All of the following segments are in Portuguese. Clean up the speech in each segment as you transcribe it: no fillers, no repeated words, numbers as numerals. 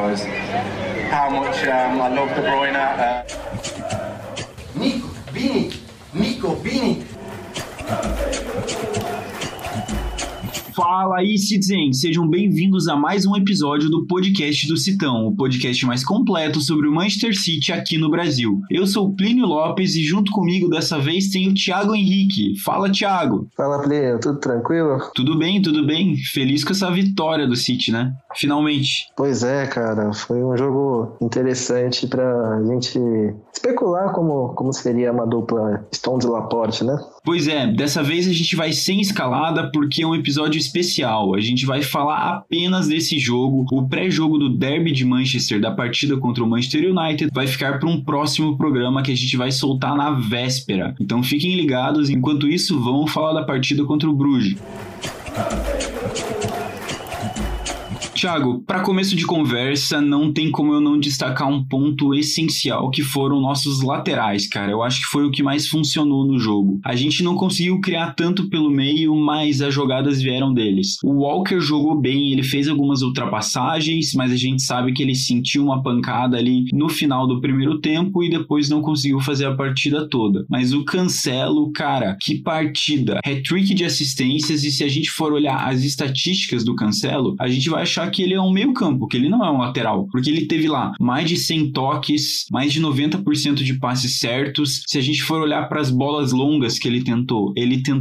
is how much I love De Bruyne. Nico Vini. Fala aí, Citizen! Sejam bem-vindos a mais um episódio do podcast do Citão, o podcast mais completo sobre o Manchester City aqui no Brasil. Eu sou o Plínio Lopes e junto comigo dessa vez tem o Thiago Henrique. Fala, Thiago! Fala, Plínio, tudo tranquilo? Tudo bem, tudo bem. Feliz com essa vitória do City, né? Finalmente. Pois é, cara, foi um jogo interessante pra gente especular como seria uma dupla Stones e Laporte, né? Pois é, dessa vez a gente vai sem escalada porque é um episódio especial. A gente vai falar apenas desse jogo. O pré-jogo do Derby de Manchester, da partida contra o Manchester United, vai ficar para um próximo programa que a gente vai soltar na véspera. Então fiquem ligados. Enquanto isso, vamos falar da partida contra o Bruges. Thiago, para começo de conversa, não tem como eu não destacar um ponto essencial que foram nossos laterais, cara. Eu acho que foi o que mais funcionou no jogo. A gente não conseguiu criar tanto pelo meio, mas as jogadas vieram deles. O Walker jogou bem, ele fez algumas ultrapassagens, mas a gente sabe que ele sentiu uma pancada ali no final do primeiro tempo e depois não conseguiu fazer a partida toda. Mas o Cancelo, cara, que partida! Hat-trick de assistências, e se a gente for olhar as estatísticas do Cancelo, a gente vai achar que ele é um meio campo, que ele não é um lateral, porque ele teve lá mais de 100 toques, mais de 90% de passes certos. Se a gente for olhar para as bolas longas que ele tentou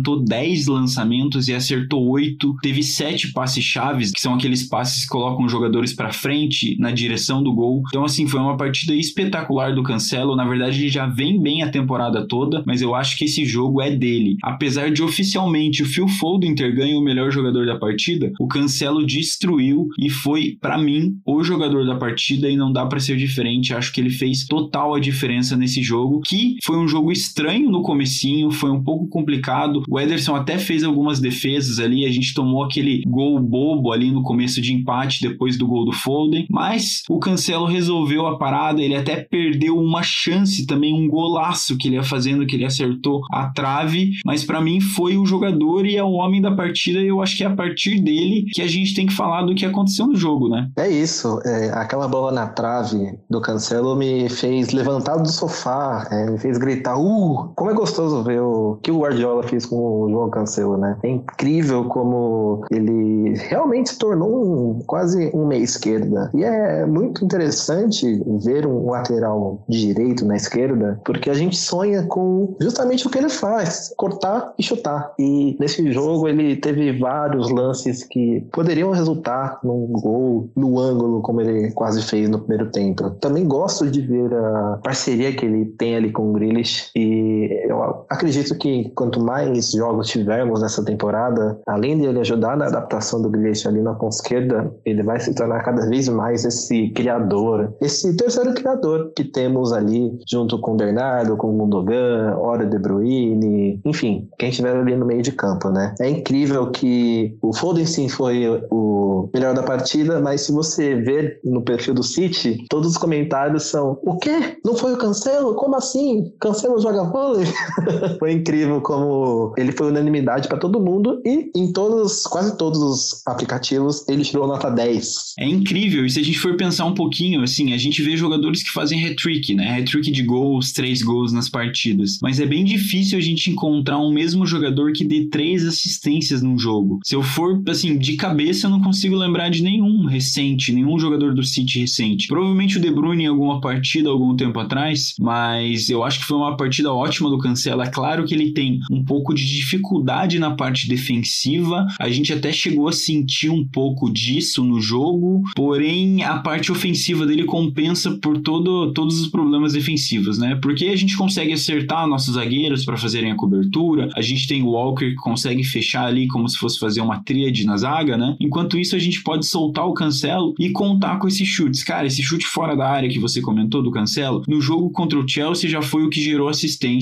10 lançamentos e acertou 8, teve 7 passes chaves, que são aqueles passes que colocam os jogadores para frente na direção do gol. Então assim, foi uma partida espetacular do Cancelo. Na verdade ele já vem bem a temporada toda, mas eu acho que esse jogo é dele. Apesar de oficialmente o Phil Foden ter ganho o melhor jogador da partida, o Cancelo destruiu e foi, pra mim, o jogador da partida e não dá pra ser diferente. Acho que ele fez total a diferença nesse jogo, que foi um jogo estranho no comecinho, foi um pouco complicado. O Ederson até fez algumas defesas ali, a gente tomou aquele gol bobo ali no começo de empate depois do gol do Foden, mas o Cancelo resolveu a parada, ele até perdeu uma chance também, um golaço que ele ia fazendo, que ele acertou a trave, mas pra mim foi o jogador e é o homem da partida, e eu acho que é a partir dele que a gente tem que falar do que aconteceu no jogo, né? É isso, aquela bola na trave do Cancelo me fez levantar do sofá, me fez gritar, como é gostoso ver o que o Guardiola fez com o João Cancelo, né? É incrível como ele realmente se tornou quase um meia esquerda, e é muito interessante ver um lateral direito na esquerda, porque a gente sonha com justamente o que ele faz, cortar e chutar, e nesse jogo ele teve vários lances que poderiam resultar num gol no ângulo, como ele quase fez no primeiro tempo. Também gosto de ver a parceria que ele tem ali com o Grealish, e eu acredito que quanto mais jogos tivermos nessa temporada, além de ele ajudar na adaptação do Grealish ali na ponta esquerda, ele vai se tornar cada vez mais esse criador, esse terceiro criador que temos ali, junto com o Bernardo, com o Gundogan, ora De Bruyne, enfim, quem estiver ali no meio de campo, né? É incrível que o Foden sim foi o melhor da partida, mas se você ver no perfil do City, todos os comentários são: o quê? Não foi o Cancelo? Como assim? Cancelo joga vôlei? Foi incrível como ele foi unanimidade para todo mundo, e em quase todos os aplicativos ele tirou nota 10. É incrível, e se a gente for pensar um pouquinho, assim, a gente vê jogadores que fazem hat-trick, né? Hat-trick de gols, 3 gols nas partidas, mas é bem difícil a gente encontrar um mesmo jogador que dê 3 assistências num jogo. Se eu for, assim, de cabeça eu não consigo lembrar de nenhum recente, nenhum jogador do City recente. Provavelmente o De Bruyne em alguma partida algum tempo atrás, mas eu acho que foi uma partida ótima do Cancelo. É claro que ele tem um pouco de dificuldade na parte defensiva, a gente até chegou a sentir um pouco disso no jogo, porém a parte ofensiva dele compensa por todos os problemas defensivos, né? Porque a gente consegue acertar nossos zagueiros para fazerem a cobertura, a gente tem o Walker que consegue fechar ali como se fosse fazer uma tríade na zaga, né? Enquanto isso a gente pode soltar o Cancelo e contar com esses chutes. Cara, esse chute fora da área que você comentou do Cancelo, no jogo contra o Chelsea já foi o que gerou assistência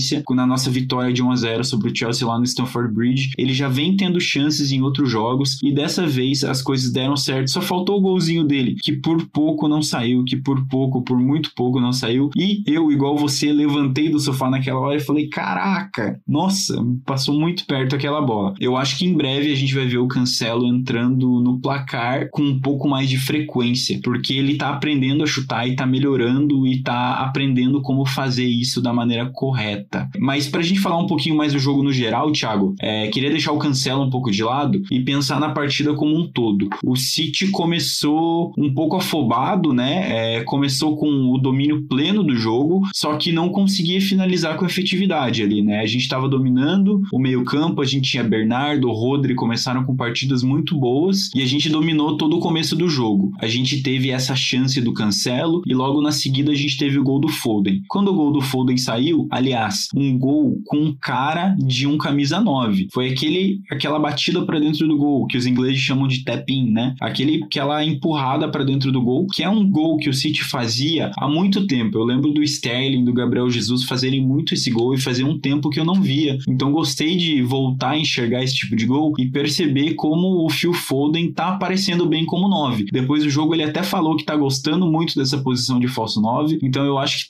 sequência, na nossa vitória de 1-0 sobre o Chelsea lá no Stamford Bridge. Ele já vem tendo chances em outros jogos e dessa vez as coisas deram certo. Só faltou o golzinho dele, que por pouco não saiu, por muito pouco não saiu. E eu, igual você, levantei do sofá naquela hora e falei, caraca, nossa, passou muito perto aquela bola. Eu acho que em breve a gente vai ver o Cancelo entrando no placar com um pouco mais de frequência, porque ele tá aprendendo a chutar e tá melhorando e tá aprendendo como fazer isso da maneira correta. Mas pra gente falar um pouquinho mais do jogo no geral, Thiago, queria deixar o Cancelo um pouco de lado e pensar na partida como um todo. O City começou um pouco afobado, né? Começou com o domínio pleno do jogo, só que não conseguia finalizar com efetividade ali, né? A gente estava dominando o meio-campo, a gente tinha Bernardo, Rodri, começaram com partidas muito boas e a gente dominou todo o começo do jogo. A gente teve essa chance do Cancelo e logo na seguida a gente teve o gol do Foden. Quando o gol do Foden saiu, aliás, um gol com cara de um camisa 9. Foi aquela batida para dentro do gol, que os ingleses chamam de tap-in, né? Aquela empurrada para dentro do gol, que é um gol que o City fazia há muito tempo. Eu lembro do Sterling, do Gabriel Jesus fazerem muito esse gol e fazia um tempo que eu não via. Então gostei de voltar a enxergar esse tipo de gol e perceber como o Phil Foden tá aparecendo bem como 9. Depois do jogo ele até falou que tá gostando muito dessa posição de falso 9. Então eu acho que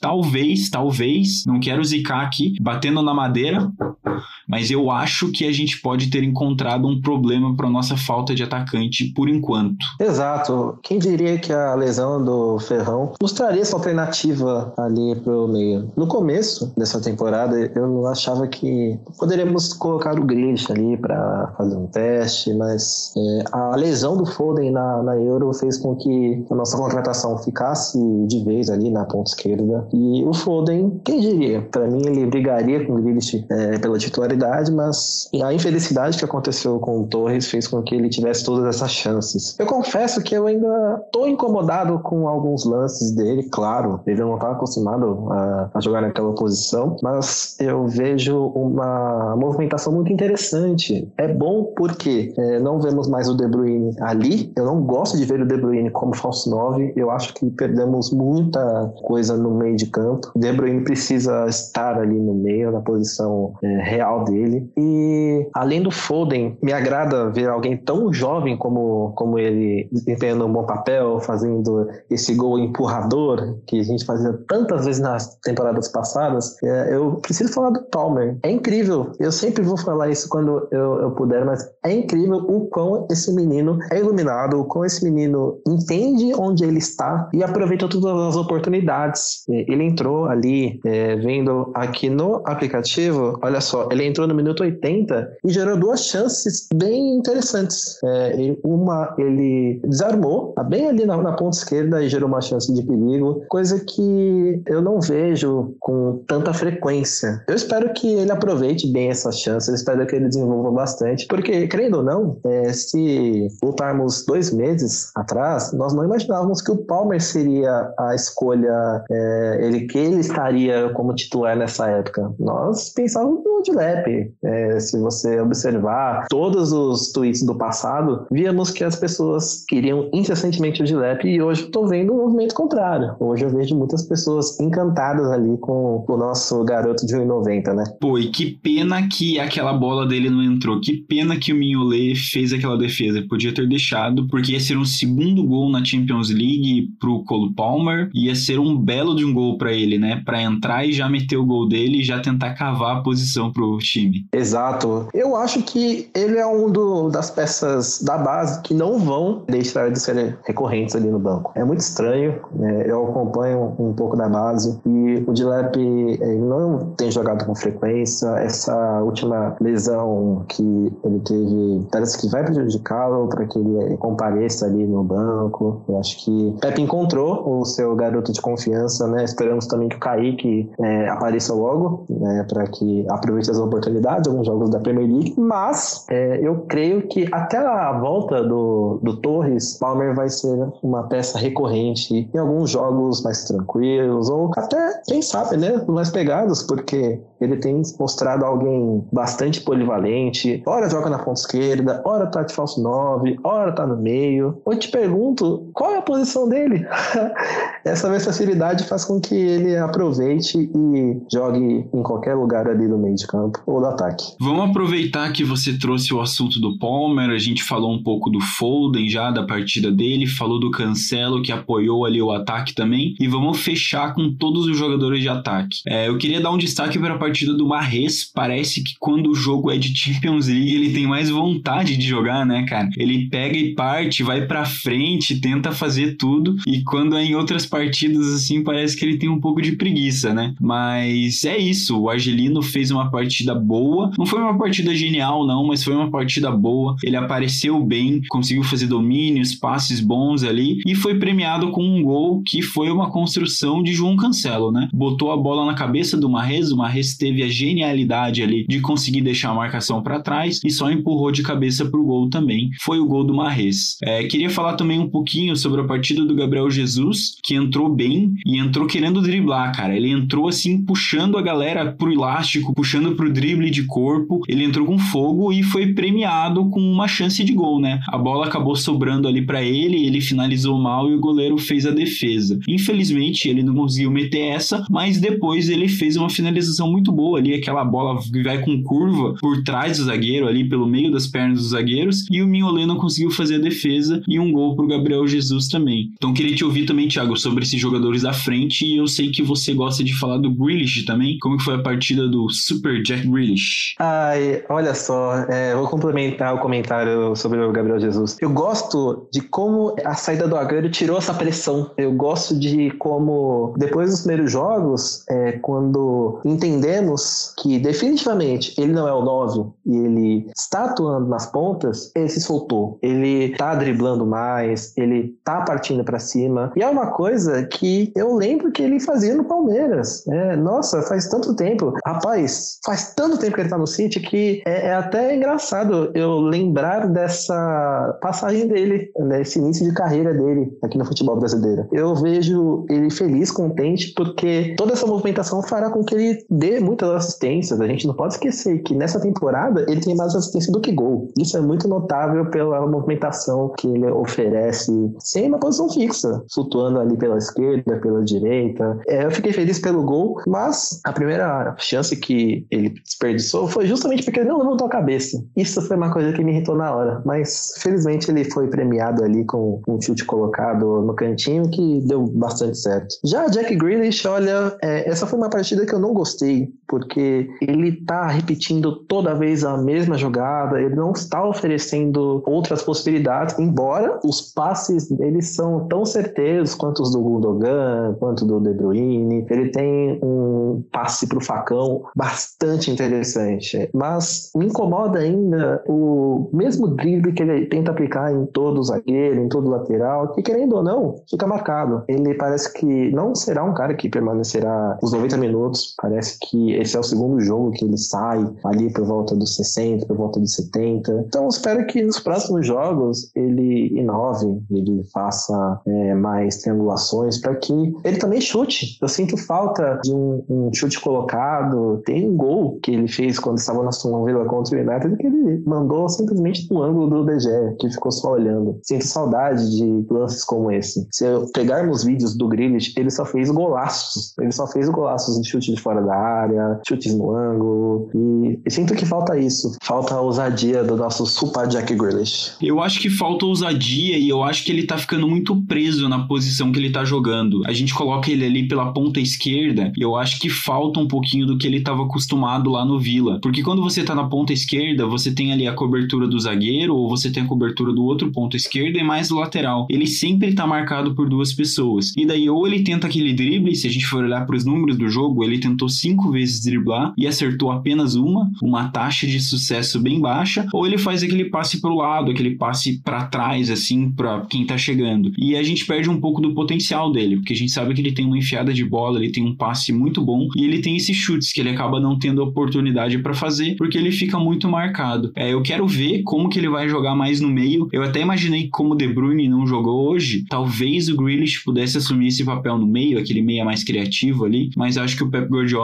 talvez, não quero zicar aqui, batendo na madeira, mas eu acho que a gente pode ter encontrado um problema para nossa falta de atacante por enquanto. Exato. Quem diria que a lesão do Ferrão mostraria essa alternativa ali pro meio? No começo dessa temporada, eu achava que poderíamos colocar o Grealish ali para fazer um teste, mas a lesão do Foden na Euro fez com que a nossa contratação ficasse de vez ali na ponta esquerda. E o Foden, quem diria? Para mim, ele brigaria com o Grealish pela titularidade, mas a infelicidade que aconteceu com o Torres fez com que ele tivesse todas essas chances. Eu confesso que eu ainda tô incomodado com alguns lances dele, claro, ele não tá acostumado a jogar naquela posição, mas eu vejo uma movimentação muito interessante. É bom porque não vemos mais o De Bruyne ali, eu não gosto de ver o De Bruyne como falso 9, eu acho que perdemos muita coisa no meio de campo. O De Bruyne precisa estar ali no meio, na posição real dele. E além do Foden, me agrada ver alguém tão jovem como ele desempenhando um bom papel, fazendo esse gol empurrador que a gente fazia tantas vezes nas temporadas passadas. Eu preciso falar do Palmer. É incrível, eu sempre vou falar isso quando eu puder, mas é incrível o quão esse menino é iluminado, o quão esse menino entende onde ele está e aproveita todas as oportunidades. Ele entrou ali, vendo aqui no aplicativo, olha só, ele entrou no minuto 80 e gerou duas chances bem interessantes. Uma, ele desarmou, tá bem ali na ponta esquerda e gerou uma chance de perigo, coisa que eu não vejo com tanta frequência. Eu espero que ele aproveite bem essas chances, eu espero que ele desenvolva bastante, porque, querendo ou não, se voltarmos 2 meses atrás, nós não imaginávamos que o Palmer seria a escolha, que ele estaria como titular nessa época. Nós pensávamos no Dilep. Se você observar todos os tweets do passado, víamos que as pessoas queriam incessantemente o Dilep e hoje eu tô vendo um movimento contrário. Hoje eu vejo muitas pessoas encantadas ali com o nosso garoto de 1,90, né? Pô, e que pena que aquela bola dele não entrou. Que pena que o Mignolet fez aquela defesa. Podia ter deixado, porque ia ser um segundo gol na Champions League pro Cole Palmer. Ia ser um belo de um gol pra ele, né? Pra entrar e já meter o gol dele e já tentar cavar a posição pro time. Exato. Eu acho que ele é das peças da base que não vão deixar de ser recorrentes ali no banco. É muito estranho, né? Eu acompanho um pouco da base e o Dilep não tem jogado com frequência. Essa última lesão que ele teve parece que vai prejudicá-lo para que ele compareça ali no banco. Eu acho que Pepe encontrou o seu garoto de confiança, né? Esperamos também que o Kaique apareça logo, né? Para que aproveite as oportunidades, alguns jogos da Premier League, mas eu creio que até a volta do Torres, Palmer vai ser uma peça recorrente em alguns jogos mais tranquilos, ou até, quem sabe, né, mais pegados, porque Ele tem mostrado alguém bastante polivalente, ora joga na ponta esquerda, ora tá de falso 9, ora tá no meio. Eu te pergunto, qual é a posição dele? Essa versatilidade faz com que ele aproveite e jogue em qualquer lugar ali do meio de campo ou do ataque. Vamos aproveitar que você trouxe o assunto do Palmer, a gente falou um pouco do Foden já, da partida dele, falou do Cancelo, que apoiou ali o ataque também, e vamos fechar com todos os jogadores de ataque. Eu queria dar um destaque para a partida do Mahrez. Parece que quando o jogo é de Champions League, ele tem mais vontade de jogar, né, cara? Ele pega e parte, vai pra frente, tenta fazer tudo, e quando é em outras partidas, assim, parece que ele tem um pouco de preguiça, né? Mas é isso, o Argelino fez uma partida boa, não foi uma partida genial não, mas foi uma partida boa, ele apareceu bem, conseguiu fazer domínios, passes bons ali, e foi premiado com um gol que foi uma construção de João Cancelo, né? Botou a bola na cabeça do Mahrez, o Mahrez teve a genialidade ali de conseguir deixar a marcação para trás e só empurrou de cabeça pro gol também, foi o gol do Mahrez. Queria falar também um pouquinho sobre a partida do Gabriel Jesus, que entrou bem e entrou querendo driblar, cara, ele entrou assim, puxando a galera pro elástico, puxando pro drible de corpo, ele entrou com fogo e foi premiado com uma chance de gol, né? A bola acabou sobrando ali pra ele finalizou mal e o goleiro fez a defesa. Infelizmente, ele não conseguiu meter essa, mas depois ele fez uma finalização muito boa ali, aquela bola vai com curva por trás do zagueiro ali, pelo meio das pernas dos zagueiros, e o Mignolet não conseguiu fazer a defesa e um gol pro Gabriel Jesus também. Então queria te ouvir também, Thiago, sobre esses jogadores da frente, e eu sei que você gosta de falar do Grealish também. Como que foi a partida do Super Jack Grealish? Ai, olha só, vou complementar o comentário sobre o Gabriel Jesus. Eu gosto de como a saída do Agüero tirou essa pressão. Eu gosto de como, depois dos primeiros jogos, quando entendemos que definitivamente ele não é o 9 e ele está atuando nas pontas, ele se soltou. Ele tá driblando mais, ele tá partindo pra cima. E é uma coisa que eu lembro que ele fazia no Palmeiras. Nossa, faz tanto tempo. Rapaz, faz tanto tempo que ele tá no City que é até engraçado eu lembrar dessa passagem dele, desse início de carreira dele aqui no futebol brasileiro. Eu vejo ele feliz, contente, porque toda essa movimentação fará com que ele dê muitas assistências. A gente não pode esquecer que nessa temporada ele tem mais assistência do que gol. Isso é muito notável pela movimentação que ele oferece sem uma posição fixa, flutuando ali pela esquerda, pela direita. Eu fiquei feliz pelo gol, mas a primeira chance que ele desperdiçou foi justamente porque ele não levantou a cabeça. Isso foi uma coisa que me irritou na hora, mas felizmente ele foi premiado ali com um chute colocado no cantinho que deu bastante certo. Já Jack Grealish, olha, essa foi uma partida que eu não gostei, porque ele tá repetindo toda vez a mesma jogada, ele não está oferecendo outras possibilidades, embora os passes dele são tão certeiros quanto os do Gundogan, quanto do De Bruyne. Ele tem um passe pro facão bastante interessante, mas me incomoda ainda o mesmo drible que ele tenta aplicar em todo zagueiro, em todo lateral, que querendo ou não, fica marcado. Ele parece que não será um cara que permanecerá os 90 minutos, parece que esse é o segundo jogo que ele sai ali por volta dos 60, por volta dos 70. Então espero que nos próximos jogos ele inove, ele faça mais triangulações para que ele também chute. Eu sinto falta de um chute colocado. Tem um gol que ele fez quando estava na Aston Villa contra o United que ele mandou simplesmente no ângulo do De Gea, que ficou só olhando. Sinto saudade de lances como esse. Se pegarmos vídeos do Grealish, ele só fez golaços. Ele só fez golaços de chute de fora da área, chutes no ângulo, e sinto que falta isso. Falta a ousadia do nosso Super Jack Grealish. Eu acho que falta ousadia e eu acho que ele tá ficando muito preso na posição que ele tá jogando. A gente coloca ele ali pela ponta esquerda e eu acho que falta um pouquinho do que ele tava acostumado lá no Villa. Porque quando você tá na ponta esquerda, você tem ali a cobertura do zagueiro ou você tem a cobertura do outro ponto esquerdo e mais do lateral. Ele sempre tá marcado por duas pessoas. E daí ou ele tenta aquele drible, se a gente for olhar pros números do jogo, ele tentou 5 vezes driblar e acertou apenas uma taxa de sucesso bem baixa, ou ele faz aquele passe pro lado, aquele passe pra trás, assim, pra quem tá chegando. E a gente perde um pouco do potencial dele, porque a gente sabe que ele tem uma enfiada de bola, ele tem um passe muito bom, e ele tem esses chutes que ele acaba não tendo oportunidade pra fazer, porque ele fica muito marcado. Eu quero ver como que ele vai jogar mais no meio. Eu até imaginei que como o De Bruyne não jogou hoje, talvez o Grealish pudesse assumir esse papel no meio, aquele meia mais criativo ali, mas acho que o Pep Guardiola ainda tá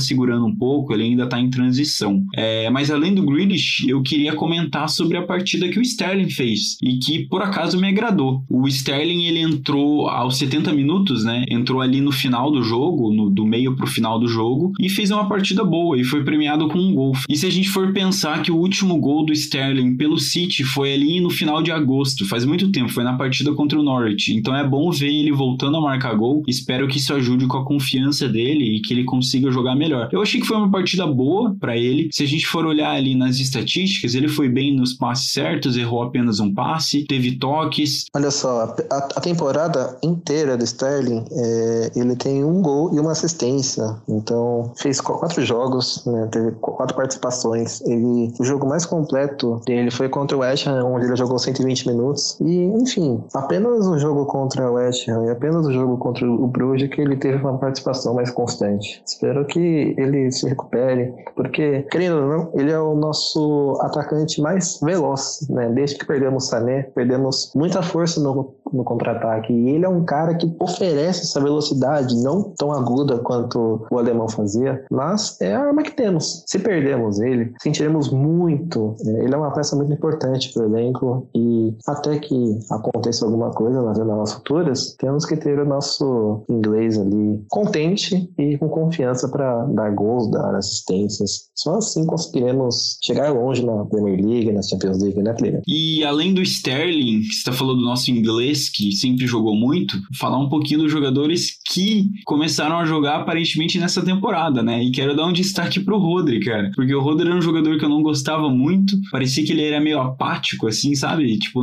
segurando um pouco, ele ainda tá em transição. Mas além do Grealish, eu queria comentar sobre a partida que o Sterling fez, e que por acaso me agradou. O Sterling, ele entrou aos 70 minutos, né? Entrou ali no final do jogo, do meio pro final do jogo, e fez uma partida boa, e foi premiado com um gol. E se a gente for pensar que o último gol do Sterling pelo City foi ali no final de agosto, faz muito tempo, foi na partida contra o Norwich, então é bom ver ele voltando a marcar gol. Espero que isso ajude com a confiança dele e que ele consiga jogar melhor. Eu achei que foi uma partida boa pra ele. Se a gente for olhar ali nas estatísticas, ele foi bem nos passes certos, errou apenas um passe, teve toques. Olha só, a temporada inteira do Sterling, ele tem um gol e uma assistência. Então, fez 4 jogos, né, teve 4 participações. O jogo mais completo dele foi contra o West Ham, onde ele jogou 120 minutos. E, enfim, apenas o jogo contra o West Ham e apenas o jogo contra o Bruges que ele teve uma participação mais constante. Espero que ele se recupere, porque, querendo ou não, ele é o nosso atacante mais veloz, né? Desde que perdemos o Sané, perdemos muita força no contra-ataque. E ele é um cara que oferece essa velocidade, não tão aguda quanto o alemão fazia, mas é a arma que temos. Se perdermos ele, sentiremos muito. Ele é uma peça muito importante para o elenco, e até que aconteça alguma coisa nas janelas futuras, temos que ter o nosso inglês ali contente e com confiança para dar gols, dar assistências. Só assim conseguiremos chegar longe na Premier League, na Champions League, né, Plínio? E além do Sterling, que você está falando do nosso inglês, que sempre jogou muito, falar um pouquinho dos jogadores que começaram a jogar aparentemente nessa temporada, né? E quero dar um destaque pro Rodri, cara, porque o Rodri era um jogador que eu não gostava muito, parecia que ele era meio apático, assim, sabe? Tipo,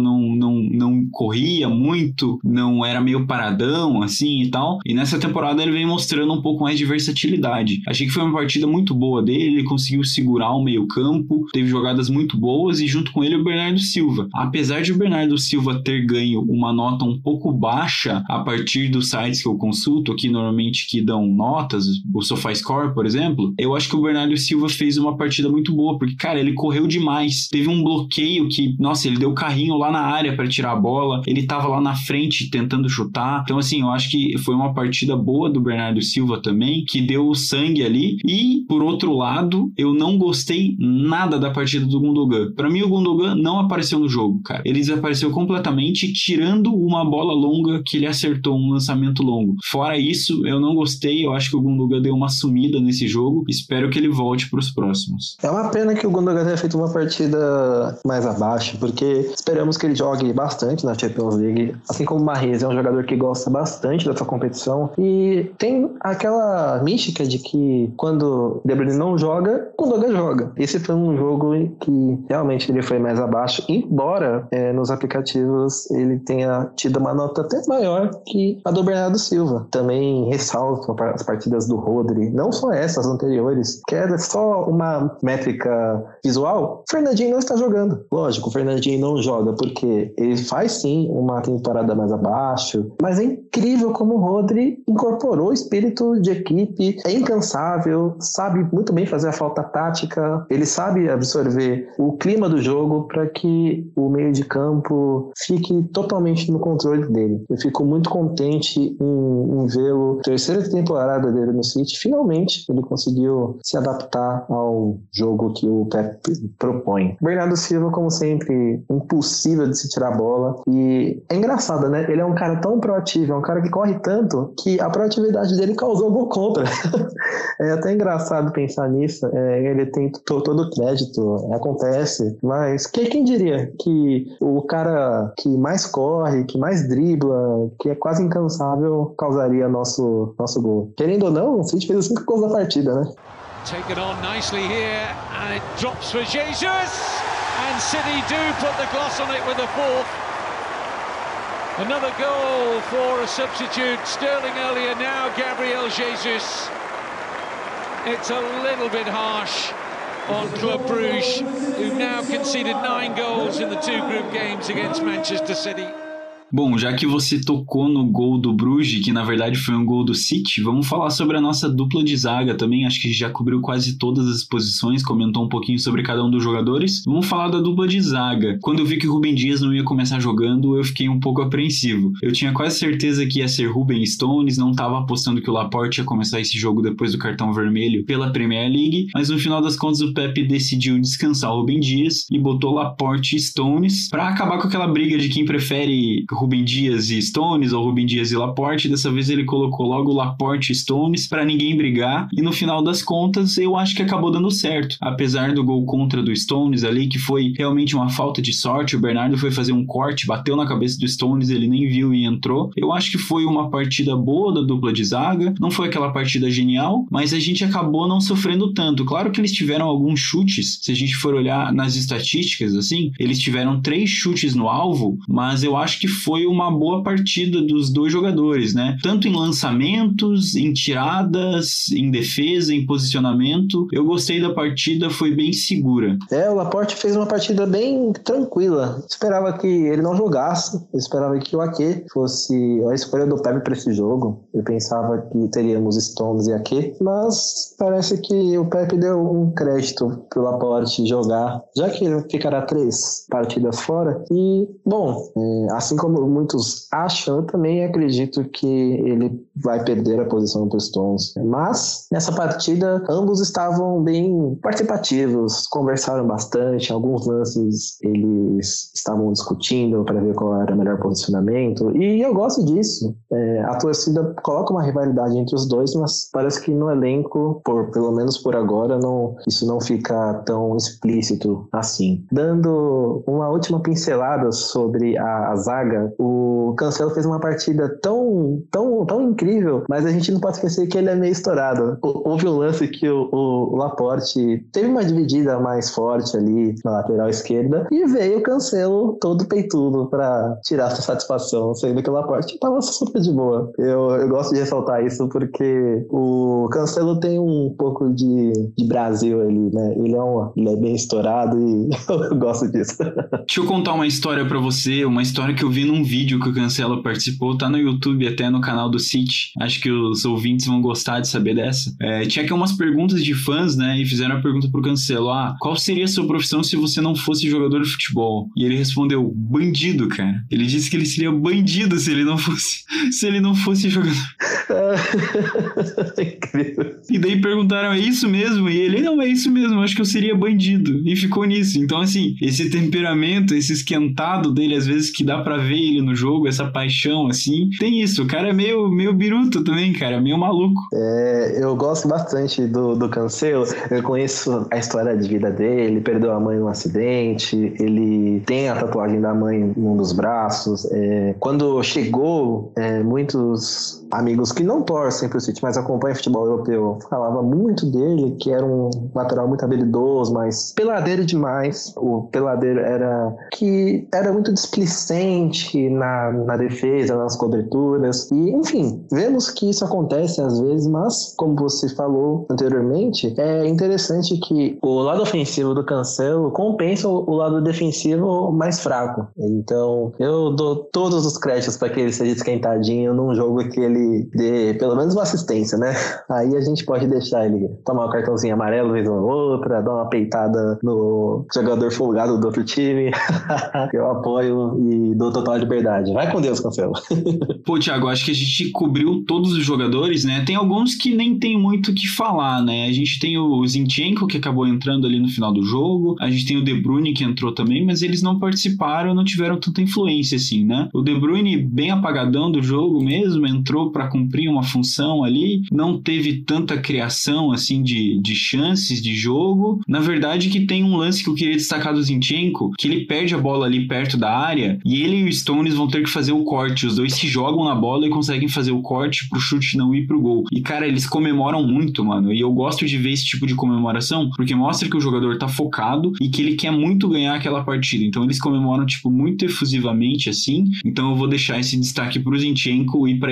não corria muito, não era meio paradão, assim, e tal. E nessa temporada ele vem mostrando um pouco mais de versatilidade. Achei que foi uma partida muito boa dele, ele conseguiu segurar o meio campo, teve jogadas muito boas, e junto com ele o Bernardo Silva. Apesar de o Bernardo Silva ter ganho uma nota um pouco baixa a partir dos sites que eu consulto aqui, normalmente, que dão notas, o SofaScore, por exemplo, eu acho que o Bernardo Silva fez uma partida muito boa, porque, cara, ele correu demais. Teve um bloqueio que, nossa, ele deu carrinho lá na área para tirar a bola, ele tava lá na frente tentando chutar. Então, assim, eu acho que foi uma partida boa do Bernardo Silva também, que deu o sangue ali. E, por outro lado, eu não gostei nada da partida do Gundogan. Para mim, o Gundogan não apareceu no jogo, cara. Ele desapareceu completamente, tirando uma bola longa que ele acertou, um lançamento longo. Fora isso, eu não gostei. Eu acho que o Gundogan deu uma sumida nesse jogo. Espero que ele volte para os próximos. É uma pena que o Gundogan tenha feito uma partida mais abaixo, porque esperamos que ele jogue bastante na Champions League. Assim como o Mahrez é um jogador que gosta bastante dessa competição, e tem aquela mística de que quando o De Bruyne não joga, o Gundogan joga. Esse foi um jogo em que realmente ele foi mais abaixo, embora nos aplicativos ele tenha tido uma nota até maior que a do Bernardo Silva. Também ressalto as partidas do Rodri, não só essas anteriores, que era só uma métrica visual. O Fernandinho não está jogando. Lógico, o Fernandinho não joga porque ele faz sim uma temporada mais abaixo, mas é incrível como o Rodri incorporou o espírito de equipe, é incansável, sabe muito bem fazer a falta tática, ele sabe absorver o clima do jogo para que o meio de campo fique totalmente no controle dele. Eu fico muito contente em vê-lo, terceira temporada dele no City, finalmente ele conseguiu se adaptar ao jogo que o Pep propõe. Bernardo Silva, como sempre, impossível de se tirar a bola, e é engraçado, né? Ele é um cara tão proativo, é um cara que corre tanto que a proatividade dele causou gol contra. É até engraçado pensar nisso. Ele tem todo o crédito, acontece, mas quem diria que o cara que mais corre, que mais dribla, que é quase incansável, causaria nosso gol. Querendo ou não, o City fez os 5 gols da partida, né? Taken on nicely here, and it drops for Jesus, and City do put the gloss on it with the 4th. Another goal for a substitute. Sterling earlier, now Gabriel Jesus. It's a little bit harsh on Club Brugge, who now conceded 9 goals in the 2 group games against Manchester City. Bom, já que você tocou no gol do Bruges, que na verdade foi um gol do City, vamos falar sobre a nossa dupla de zaga também. Acho que já cobriu quase todas as posições, comentou um pouquinho sobre cada um dos jogadores. Vamos falar da dupla de zaga. Quando eu vi que o Rúben Dias não ia começar jogando, eu fiquei um pouco apreensivo. Eu tinha quase certeza que ia ser Ruben Stones, não estava apostando que o Laporte ia começar esse jogo depois do cartão vermelho pela Premier League, mas no final das contas o Pep decidiu descansar o Rúben Dias e botou Laporte e Stones para acabar com aquela briga de quem prefere Rúben Dias e Stones ou Rúben Dias e Laporte. Dessa vez ele colocou logo Laporte e Stones para ninguém brigar, e no final das contas eu acho que acabou dando certo. Apesar do gol contra do Stones ali, que foi realmente uma falta de sorte, o Bernardo foi fazer um corte, bateu na cabeça do Stones, ele nem viu e entrou. Eu acho que foi uma partida boa da dupla de zaga, não foi aquela partida genial, mas a gente acabou não sofrendo tanto. Claro que eles tiveram alguns chutes, se a gente for olhar nas estatísticas, assim, eles tiveram 3 chutes no alvo, mas eu acho que foi uma boa partida dos dois jogadores, né? Tanto em lançamentos, em tiradas, em defesa, em posicionamento. Eu gostei da partida, foi bem segura. O Laporte fez uma partida bem tranquila. Esperava que ele não jogasse, eu esperava que o Ake fosse a escolha do Pepe para esse jogo. Eu pensava que teríamos Stones e Ake, mas parece que o Pepe deu um crédito pro Laporte jogar, já que ele ficará 3 partidas fora. E, bom, assim como muitos acham, eu também acredito que ele vai perder a posição pro Stones. Mas, nessa partida, ambos estavam bem participativos, conversaram bastante, alguns lances eles estavam discutindo para ver qual era o melhor posicionamento, e eu gosto disso. A torcida coloca uma rivalidade entre os dois, mas parece que no elenco, pelo menos por agora, isso não fica tão explícito assim. Dando uma última pincelada sobre a zaga, o Cancelo fez uma partida tão incrível, mas a gente não pode esquecer que ele é meio estourado. Houve um lance que o Laporte teve uma dividida mais forte ali na lateral esquerda e veio o Cancelo todo peitudo para tirar essa satisfação, sendo que o Laporte estava super de boa. Eu gosto de ressaltar isso porque o Cancelo tem um pouco de Brasil ali, né? Ele é bem estourado e eu gosto disso. Deixa eu contar uma história pra você, uma história que eu vi num vídeo que o Cancelo participou, tá no YouTube, até no canal do City. Acho que os ouvintes vão gostar de saber dessa. Tinha aqui umas perguntas de fãs, né? E fizeram a pergunta pro Cancelo: qual seria a sua profissão se você não fosse jogador de futebol? E ele respondeu: bandido, cara. Ele disse que ele seria bandido se ele não fosse jogador. Incrível. E daí perguntaram: é isso mesmo? E ele: não, é isso mesmo, acho que eu seria bandido. E ficou nisso. Então, assim, esse temperamento, esse esquentado dele, às vezes que dá pra ver ele no jogo, essa paixão, assim, tem isso. O cara é meio biruta também, cara, meio maluco. Eu gosto bastante do Cancelo. Eu conheço a história de vida dele. Ele perdeu a mãe num acidente, ele tem a tatuagem da mãe num dos braços. Quando chegou, muitos amigos que não torcem pro City, mas acompanham futebol europeu, falava muito dele, que era um lateral muito habilidoso, mas peladeiro demais. O peladeiro era muito displicente na defesa, nas coberturas. E, enfim, vemos que isso acontece às vezes, mas, como você falou anteriormente, é interessante que o lado ofensivo do Cancelo compensa o lado defensivo mais fraco. Então, eu dou todos os créditos para que ele seja esquentadinho num jogo que ele dê pelo menos uma assistência, né? Aí a gente pode deixar ele tomar um cartãozinho amarelo vez ou outra, dar uma peitada no jogador folgado do outro time. Eu apoio e dou total liberdade. Vai com Deus, Cancelo. Pô, Thiago, acho que a gente cobriu todos os jogadores, né? Tem alguns que nem tem muito o que falar, né? A gente tem o Zinchenko, que acabou entrando ali no final do jogo. A gente tem o De Bruyne, que entrou também, mas eles não participaram, não tiveram tanta influência assim, né? O De Bruyne, bem apagadão do jogo mesmo, entrou para cumprir uma função ali, não teve tanta criação assim de chances de jogo. Na verdade, que tem um lance que eu queria destacar do Zinchenko, que ele perde a bola ali perto da área e ele e o Stones vão ter que fazer o corte. Os dois se jogam na bola e conseguem fazer o corte pro chute não ir pro gol. E, cara, eles comemoram muito, mano. E eu gosto de ver esse tipo de comemoração, porque mostra que o jogador tá focado e que ele quer muito ganhar aquela partida. Então, eles comemoram, tipo, muito efusivamente, assim. Então, eu vou deixar esse destaque pro Zinchenko e pra esse lance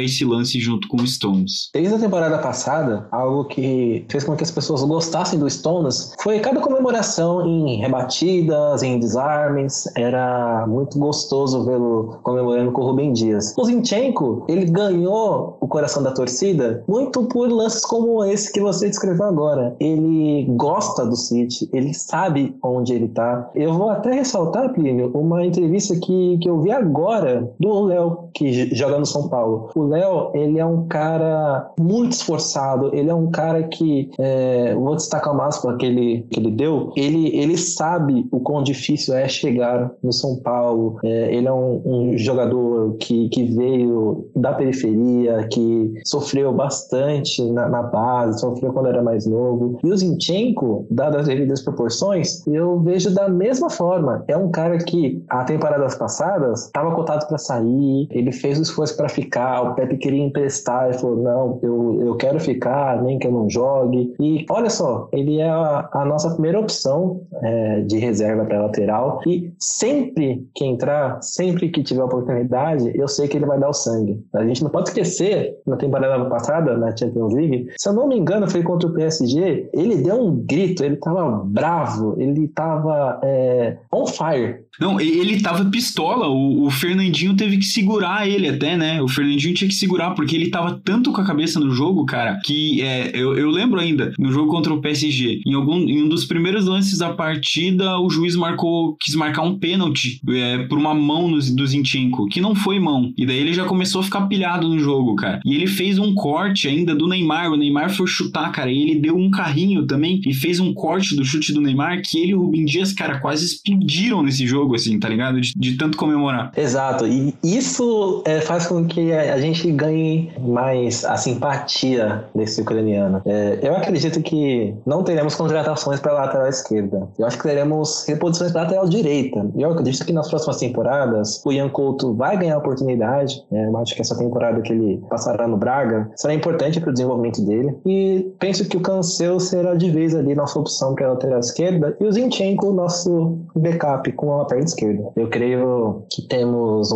performance junto com o Stones. Desde a temporada passada, algo que fez com que as pessoas gostassem do Stones foi cada comemoração em rebatidas, em desarmes. Era muito gostoso vê-lo comemorando com o Rubem Dias. O Zinchenko, ele ganhou o coração da torcida muito por lances como esse que você descreveu agora. Ele gosta do City, ele sabe onde ele tá. Eu vou até ressaltar, Plínio, uma entrevista que eu vi agora do Léo, que joga no São Paulo. O Léo, ele é um cara muito esforçado, ele é um cara que, vou destacar o máximo que ele deu, ele sabe o quão difícil é chegar no São Paulo. Ele é um jogador que veio da periferia, que sofreu bastante na base, sofreu quando era mais novo. E o Zinchenko, dadas as devidas proporções, eu vejo da mesma forma. É um cara que, a temporadas passadas, estava cotado para sair, ele fez o esforço para ficar, o Pepe queria emprestar, ele falou, não, eu quero ficar, nem que eu não jogue. E olha só, ele é a nossa primeira opção de reserva para lateral, e sempre que entrar, sempre que tiver oportunidade, eu sei que ele vai dar o sangue. A gente não pode esquecer, na temporada passada, na Champions League, se eu não me engano, foi contra o PSG, ele deu um grito, ele tava bravo, ele tava on fire. Não, ele tava pistola, o Fernandinho teve que segurar ele até, né? O Fernandinho tinha que segurar, porque ele tava tanto com a cabeça no jogo, cara, que eu lembro ainda, no jogo contra o PSG, em um dos primeiros lances da partida, o juiz quis marcar um pênalti por uma mão do Zinchenko, que não foi mão, e daí ele já começou a ficar pilhado no jogo, cara, e ele fez um corte ainda do Neymar, o Neymar foi chutar, cara, e ele deu um carrinho também, e fez um corte do chute do Neymar, que ele e o Rubem Dias, cara, quase explodiram nesse jogo, assim, tá ligado? De tanto comemorar. Exato, e isso faz com que a gente ganhe mais a simpatia desse ucraniano. Eu acredito que não teremos contratações para a lateral esquerda. Eu acho que teremos reposições para a lateral direita. Eu acredito que nas próximas temporadas o Ian Couto vai ganhar oportunidade. Eu acho que essa temporada que ele passará no Braga será importante para o desenvolvimento dele. E penso que o Cancelo será de vez ali nossa opção para a lateral esquerda e o Zinchenko nosso backup com a perna esquerda. Eu creio que temos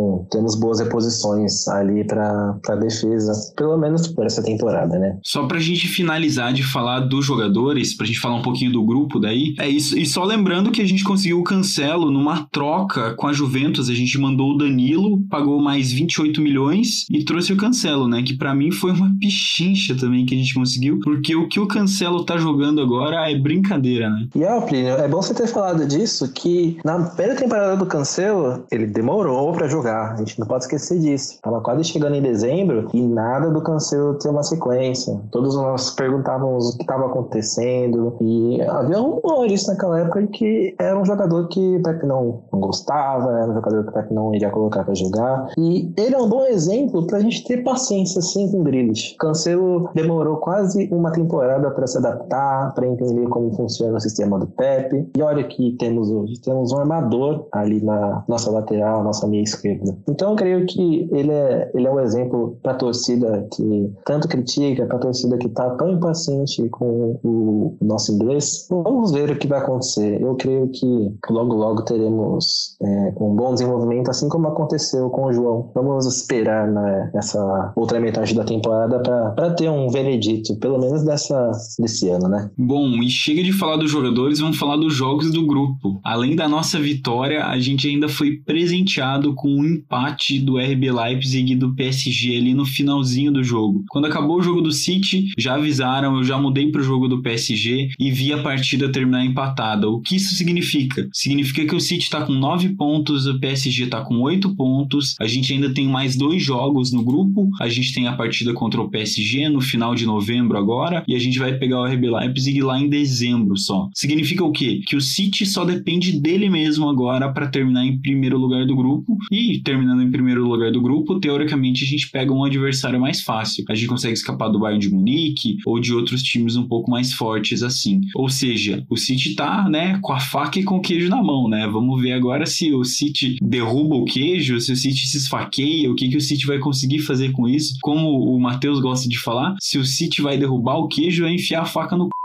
boas reposições ali para a defesa, pelo menos por essa temporada, né? Só pra gente finalizar de falar dos jogadores, pra gente falar um pouquinho do grupo daí, isso. E só lembrando que a gente conseguiu o Cancelo numa troca com a Juventus, a gente mandou o Danilo, pagou mais 28 milhões e trouxe o Cancelo, né? Que pra mim foi uma pichincha também que a gente conseguiu, porque o que o Cancelo tá jogando agora é brincadeira, né? E Plínio, é bom você ter falado disso, que na primeira temporada do Cancelo, ele demorou pra jogar, a gente não pode esquecer disso. Tava quase chegando em dezembro e nada do Cancelo ter uma sequência. Todos nós perguntávamos o que estava acontecendo e havia rumores naquela época de que era um jogador que o Pepe não gostava, era um jogador que o Pepe não iria colocar pra jogar, e ele é um bom exemplo pra gente ter paciência assim com o Grealish. Cancelo demorou quase uma temporada pra se adaptar, pra entender como funciona o sistema do Pepe, e olha que temos hoje, temos um armador ali na nossa lateral, nossa meia esquerda. Então eu creio que ele é um exemplo pra torcida que tanto critica, pra torcida que tá tão impaciente com o nosso inglês. Vamos ver o que vai acontecer. Eu creio que logo teremos um bom desenvolvimento, assim como aconteceu com o João. Vamos esperar nessa outra metade da temporada para ter um veredito, pelo menos desse ano, né? Bom, e chega de falar dos jogadores, vamos falar dos jogos do grupo. Além da nossa vitória, a gente ainda foi presenteado com um empate do RB Leipzig e do PSG ali no finalzinho do jogo. Quando acabou o jogo do City, já avisaram, eu já mudei pro jogo do PSG e vi a partida terminar empatada. O que isso significa? Significa que o City tá com 9 pontos, o PSG tá com 8 pontos, a gente ainda tem mais 2 jogos no grupo, a gente tem a partida contra o PSG no final de novembro agora, e a gente vai pegar o RB Leipzig lá em dezembro só. Significa o quê? Que o City só depende dele mesmo agora para terminar em primeiro lugar do grupo, e terminando em primeiro lugar do grupo, teoricamente a gente pega um adversário mais fácil. A gente consegue escapar do Bayern de Munique ou de outros times um pouco mais fortes assim. Ou seja, o City tá, né, com a faca e com o queijo na mão, né? Vamos ver agora se o City derruba o queijo, se o City se esfaqueia, o que o City vai conseguir fazer com isso. Como o Matheus gosta de falar, se o City vai derrubar o queijo, é enfiar a faca no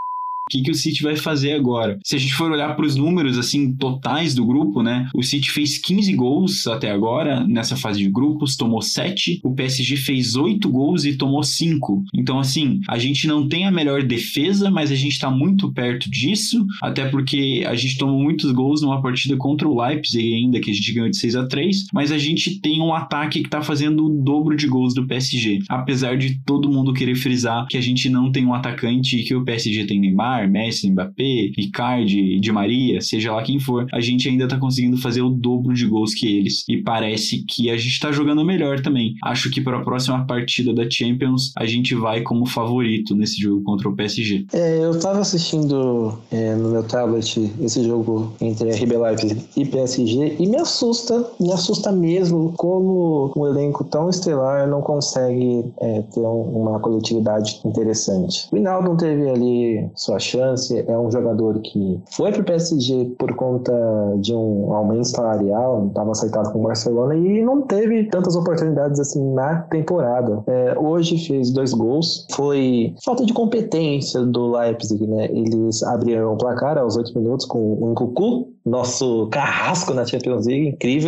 O que o City vai fazer agora? Se a gente for olhar para os números assim totais do grupo, né? O City fez 15 gols até agora nessa fase de grupos, tomou 7. O PSG fez 8 gols e tomou 5. Então, assim, a gente não tem a melhor defesa, mas a gente tá muito perto disso, até porque a gente tomou muitos gols numa partida contra o Leipzig ainda, que a gente ganhou de 6-3, mas a gente tem um ataque que tá fazendo o dobro de gols do PSG, apesar de todo mundo querer frisar que a gente não tem um atacante e que o PSG tem Neymar, Messi, Mbappé, Icardi, Di Maria, seja lá quem for, a gente ainda tá conseguindo fazer o dobro de gols que eles, e parece que a gente tá jogando melhor também. Acho que para a próxima partida da Champions, a gente vai como favorito nesse jogo contra o PSG. Eu tava assistindo no meu tablet esse jogo entre RB Leipzig e PSG e me assusta mesmo como um elenco tão estelar não consegue ter uma coletividade interessante. O Wijnaldum teve ali sua chance, é um jogador que foi pro PSG por conta de um aumento salarial, não estava aceitado com o Barcelona e não teve tantas oportunidades assim na temporada. Hoje fez 2 gols, foi falta de competência do Leipzig, né? Eles abriram o placar aos 8 minutos com o Nkunku, nosso carrasco na Champions League, incrível.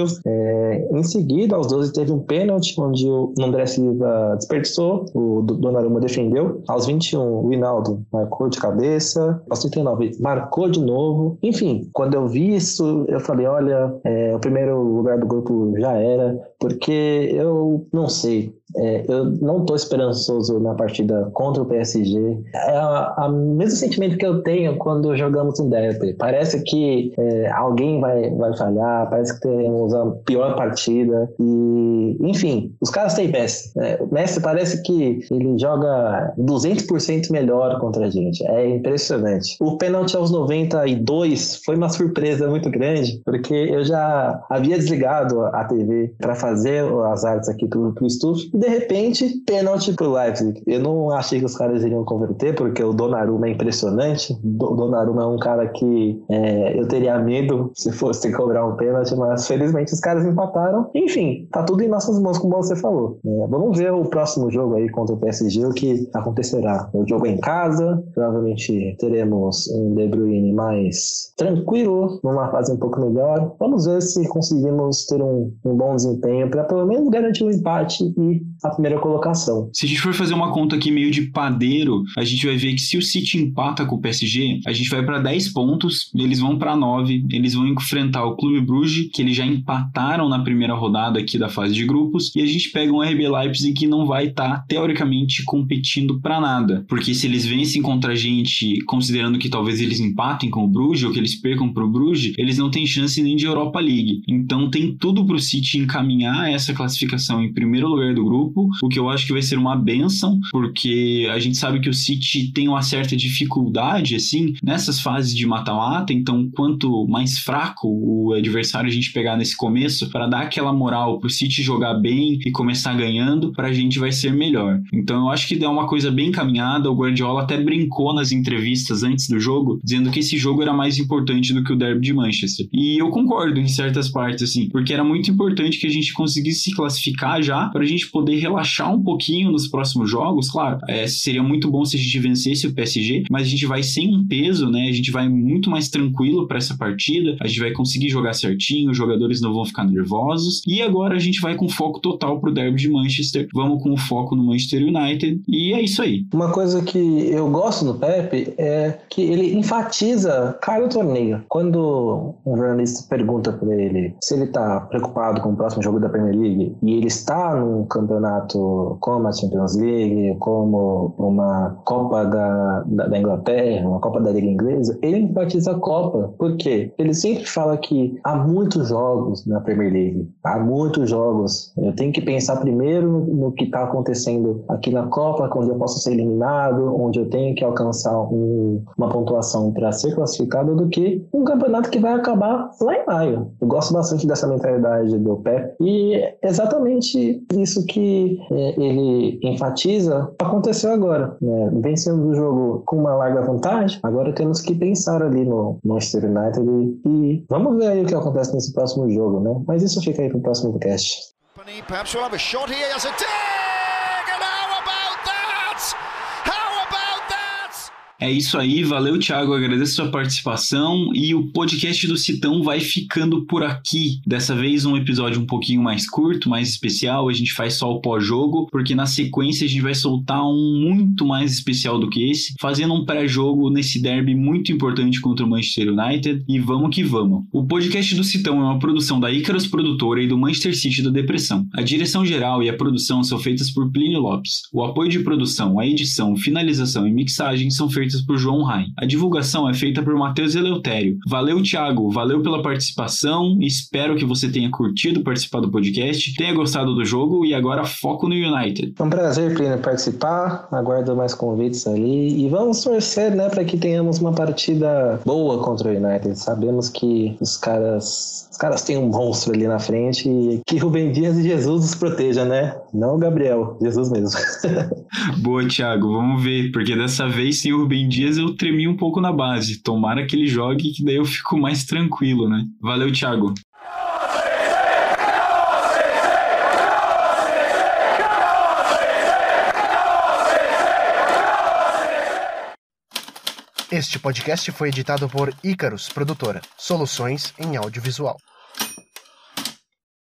Em seguida, aos 12, teve um pênalti onde o André Silva desperdiçou, o Donnarumma defendeu. Aos 21, o Wijnaldum marcou de cabeça. Aos 39, marcou de novo. Enfim, quando eu vi isso, eu falei, olha, o primeiro lugar do grupo já era, porque eu não sei. Eu não estou esperançoso na partida contra o PSG. É o mesmo sentimento que eu tenho quando jogamos um derby. Parece que alguém vai falhar, parece que teremos a pior partida. E, enfim, os caras têm Messi. O Messi parece que ele joga 200% melhor contra a gente. É impressionante. O pênalti aos 92 foi uma surpresa muito grande, porque eu já havia desligado a TV para fazer as artes aqui pro estúdio. E de repente, pênalti pro Leipzig. Eu não achei que os caras iriam converter, porque o Donnarumma é impressionante. O Donnarumma é um cara que eu teria medo se fosse cobrar um pênalti, mas felizmente os caras empataram. Enfim, tá tudo em nossas mãos, como você falou. Vamos ver o próximo jogo aí contra o PSG, o que acontecerá. O jogo é em casa, provavelmente teremos um De Bruyne mais tranquilo, numa fase um pouco melhor. Vamos ver se conseguimos ter um bom desempenho para pelo menos garantir um empate e a primeira colocação. Se a gente for fazer uma conta aqui meio de padeiro, a gente vai ver que se o City empata com o PSG, a gente vai para 10 pontos, eles vão para 9, eles vão enfrentar o Clube Bruges, que eles já empataram na primeira rodada aqui da fase de grupos, e a gente pega um RB Leipzig que não vai estar, teoricamente, competindo para nada, porque se eles vencem contra a gente, considerando que talvez eles empatem com o Bruges, ou que eles percam pro Bruges, eles não têm chance nem de Europa League. Então tem tudo pro City encaminhar essa classificação em primeiro lugar do grupo, o que eu acho que vai ser uma bênção, porque a gente sabe que o City tem uma certa dificuldade, assim, nessas fases de mata-mata, então quanto mais fraco o adversário a gente pegar nesse começo, para dar aquela moral pro City jogar bem e começar ganhando, pra gente vai ser melhor. Então eu acho que é uma coisa bem encaminhada. O Guardiola até brincou nas entrevistas antes do jogo, dizendo que esse jogo era mais importante do que o derby de Manchester. E eu concordo em certas partes, assim, porque era muito importante que a gente conseguisse se classificar já, pra gente poder relaxar um pouquinho nos próximos jogos. Claro, seria muito bom se a gente vencesse o PSG, mas a gente vai sem um peso, né? A gente vai muito mais tranquilo para essa partida, a gente vai conseguir jogar certinho, os jogadores não vão ficar nervosos, e agora a gente vai com foco total pro derby de Manchester, vamos com o foco no Manchester United, e é isso aí. Uma coisa que eu gosto do Pep é que ele enfatiza cada torneio. Quando um jornalista pergunta para ele se ele tá preocupado com o próximo jogo da Premier League, e ele está num campeonato como a Champions League, como uma Copa da Inglaterra, uma Copa da Liga Inglesa, ele enfatiza a Copa. Por quê? Ele sempre fala que há muitos jogos na Premier League, há muitos jogos. Eu tenho que pensar primeiro no que está acontecendo aqui na Copa, onde eu posso ser eliminado, onde eu tenho que alcançar uma pontuação para ser classificado, do que um campeonato que vai acabar lá em maio. Eu gosto bastante dessa mentalidade do Pep, e exatamente isso que ele enfatiza aconteceu agora, né? Vencendo o jogo com uma larga vantagem, agora temos que pensar ali no Manchester United e vamos ver aí o que acontece nesse próximo jogo, né? Mas isso fica aí pro próximo cast. Perhaps we'll have a shot here as a dig, and how about that? É isso aí, valeu Thiago, agradeço a sua participação e o podcast do Citão vai ficando por aqui. Dessa vez um episódio um pouquinho mais curto, mais especial, a gente faz só o pós-jogo, porque na sequência a gente vai soltar um muito mais especial do que esse, fazendo um pré-jogo nesse derby muito importante contra o Manchester United e vamos que vamos. O podcast do Citão é uma produção da Icarus Produtora e do Manchester City da Depressão. A direção geral e a produção são feitas por Plínio Lopes. O apoio de produção, a edição, finalização e mixagem são feitas por João Rain. A divulgação é feita por Matheus Eleutério. Valeu, Thiago. Valeu pela participação. Espero que você tenha curtido participar do podcast, tenha gostado do jogo e agora foco no United. É um prazer, Plínio, participar. Aguardo mais convites ali. E vamos torcer, né, para que tenhamos uma partida boa contra o United. Sabemos que os caras têm um monstro ali na frente e que Rubem Dias e Jesus os proteja, né? Não o Gabriel, Jesus mesmo. Boa, Thiago. Vamos ver, porque dessa vez sem o Rubem Dias eu tremi um pouco na base. Tomara que ele jogue, que daí eu fico mais tranquilo, né? Valeu, Thiago. Este podcast foi editado por Icarus Produtora, soluções em audiovisual.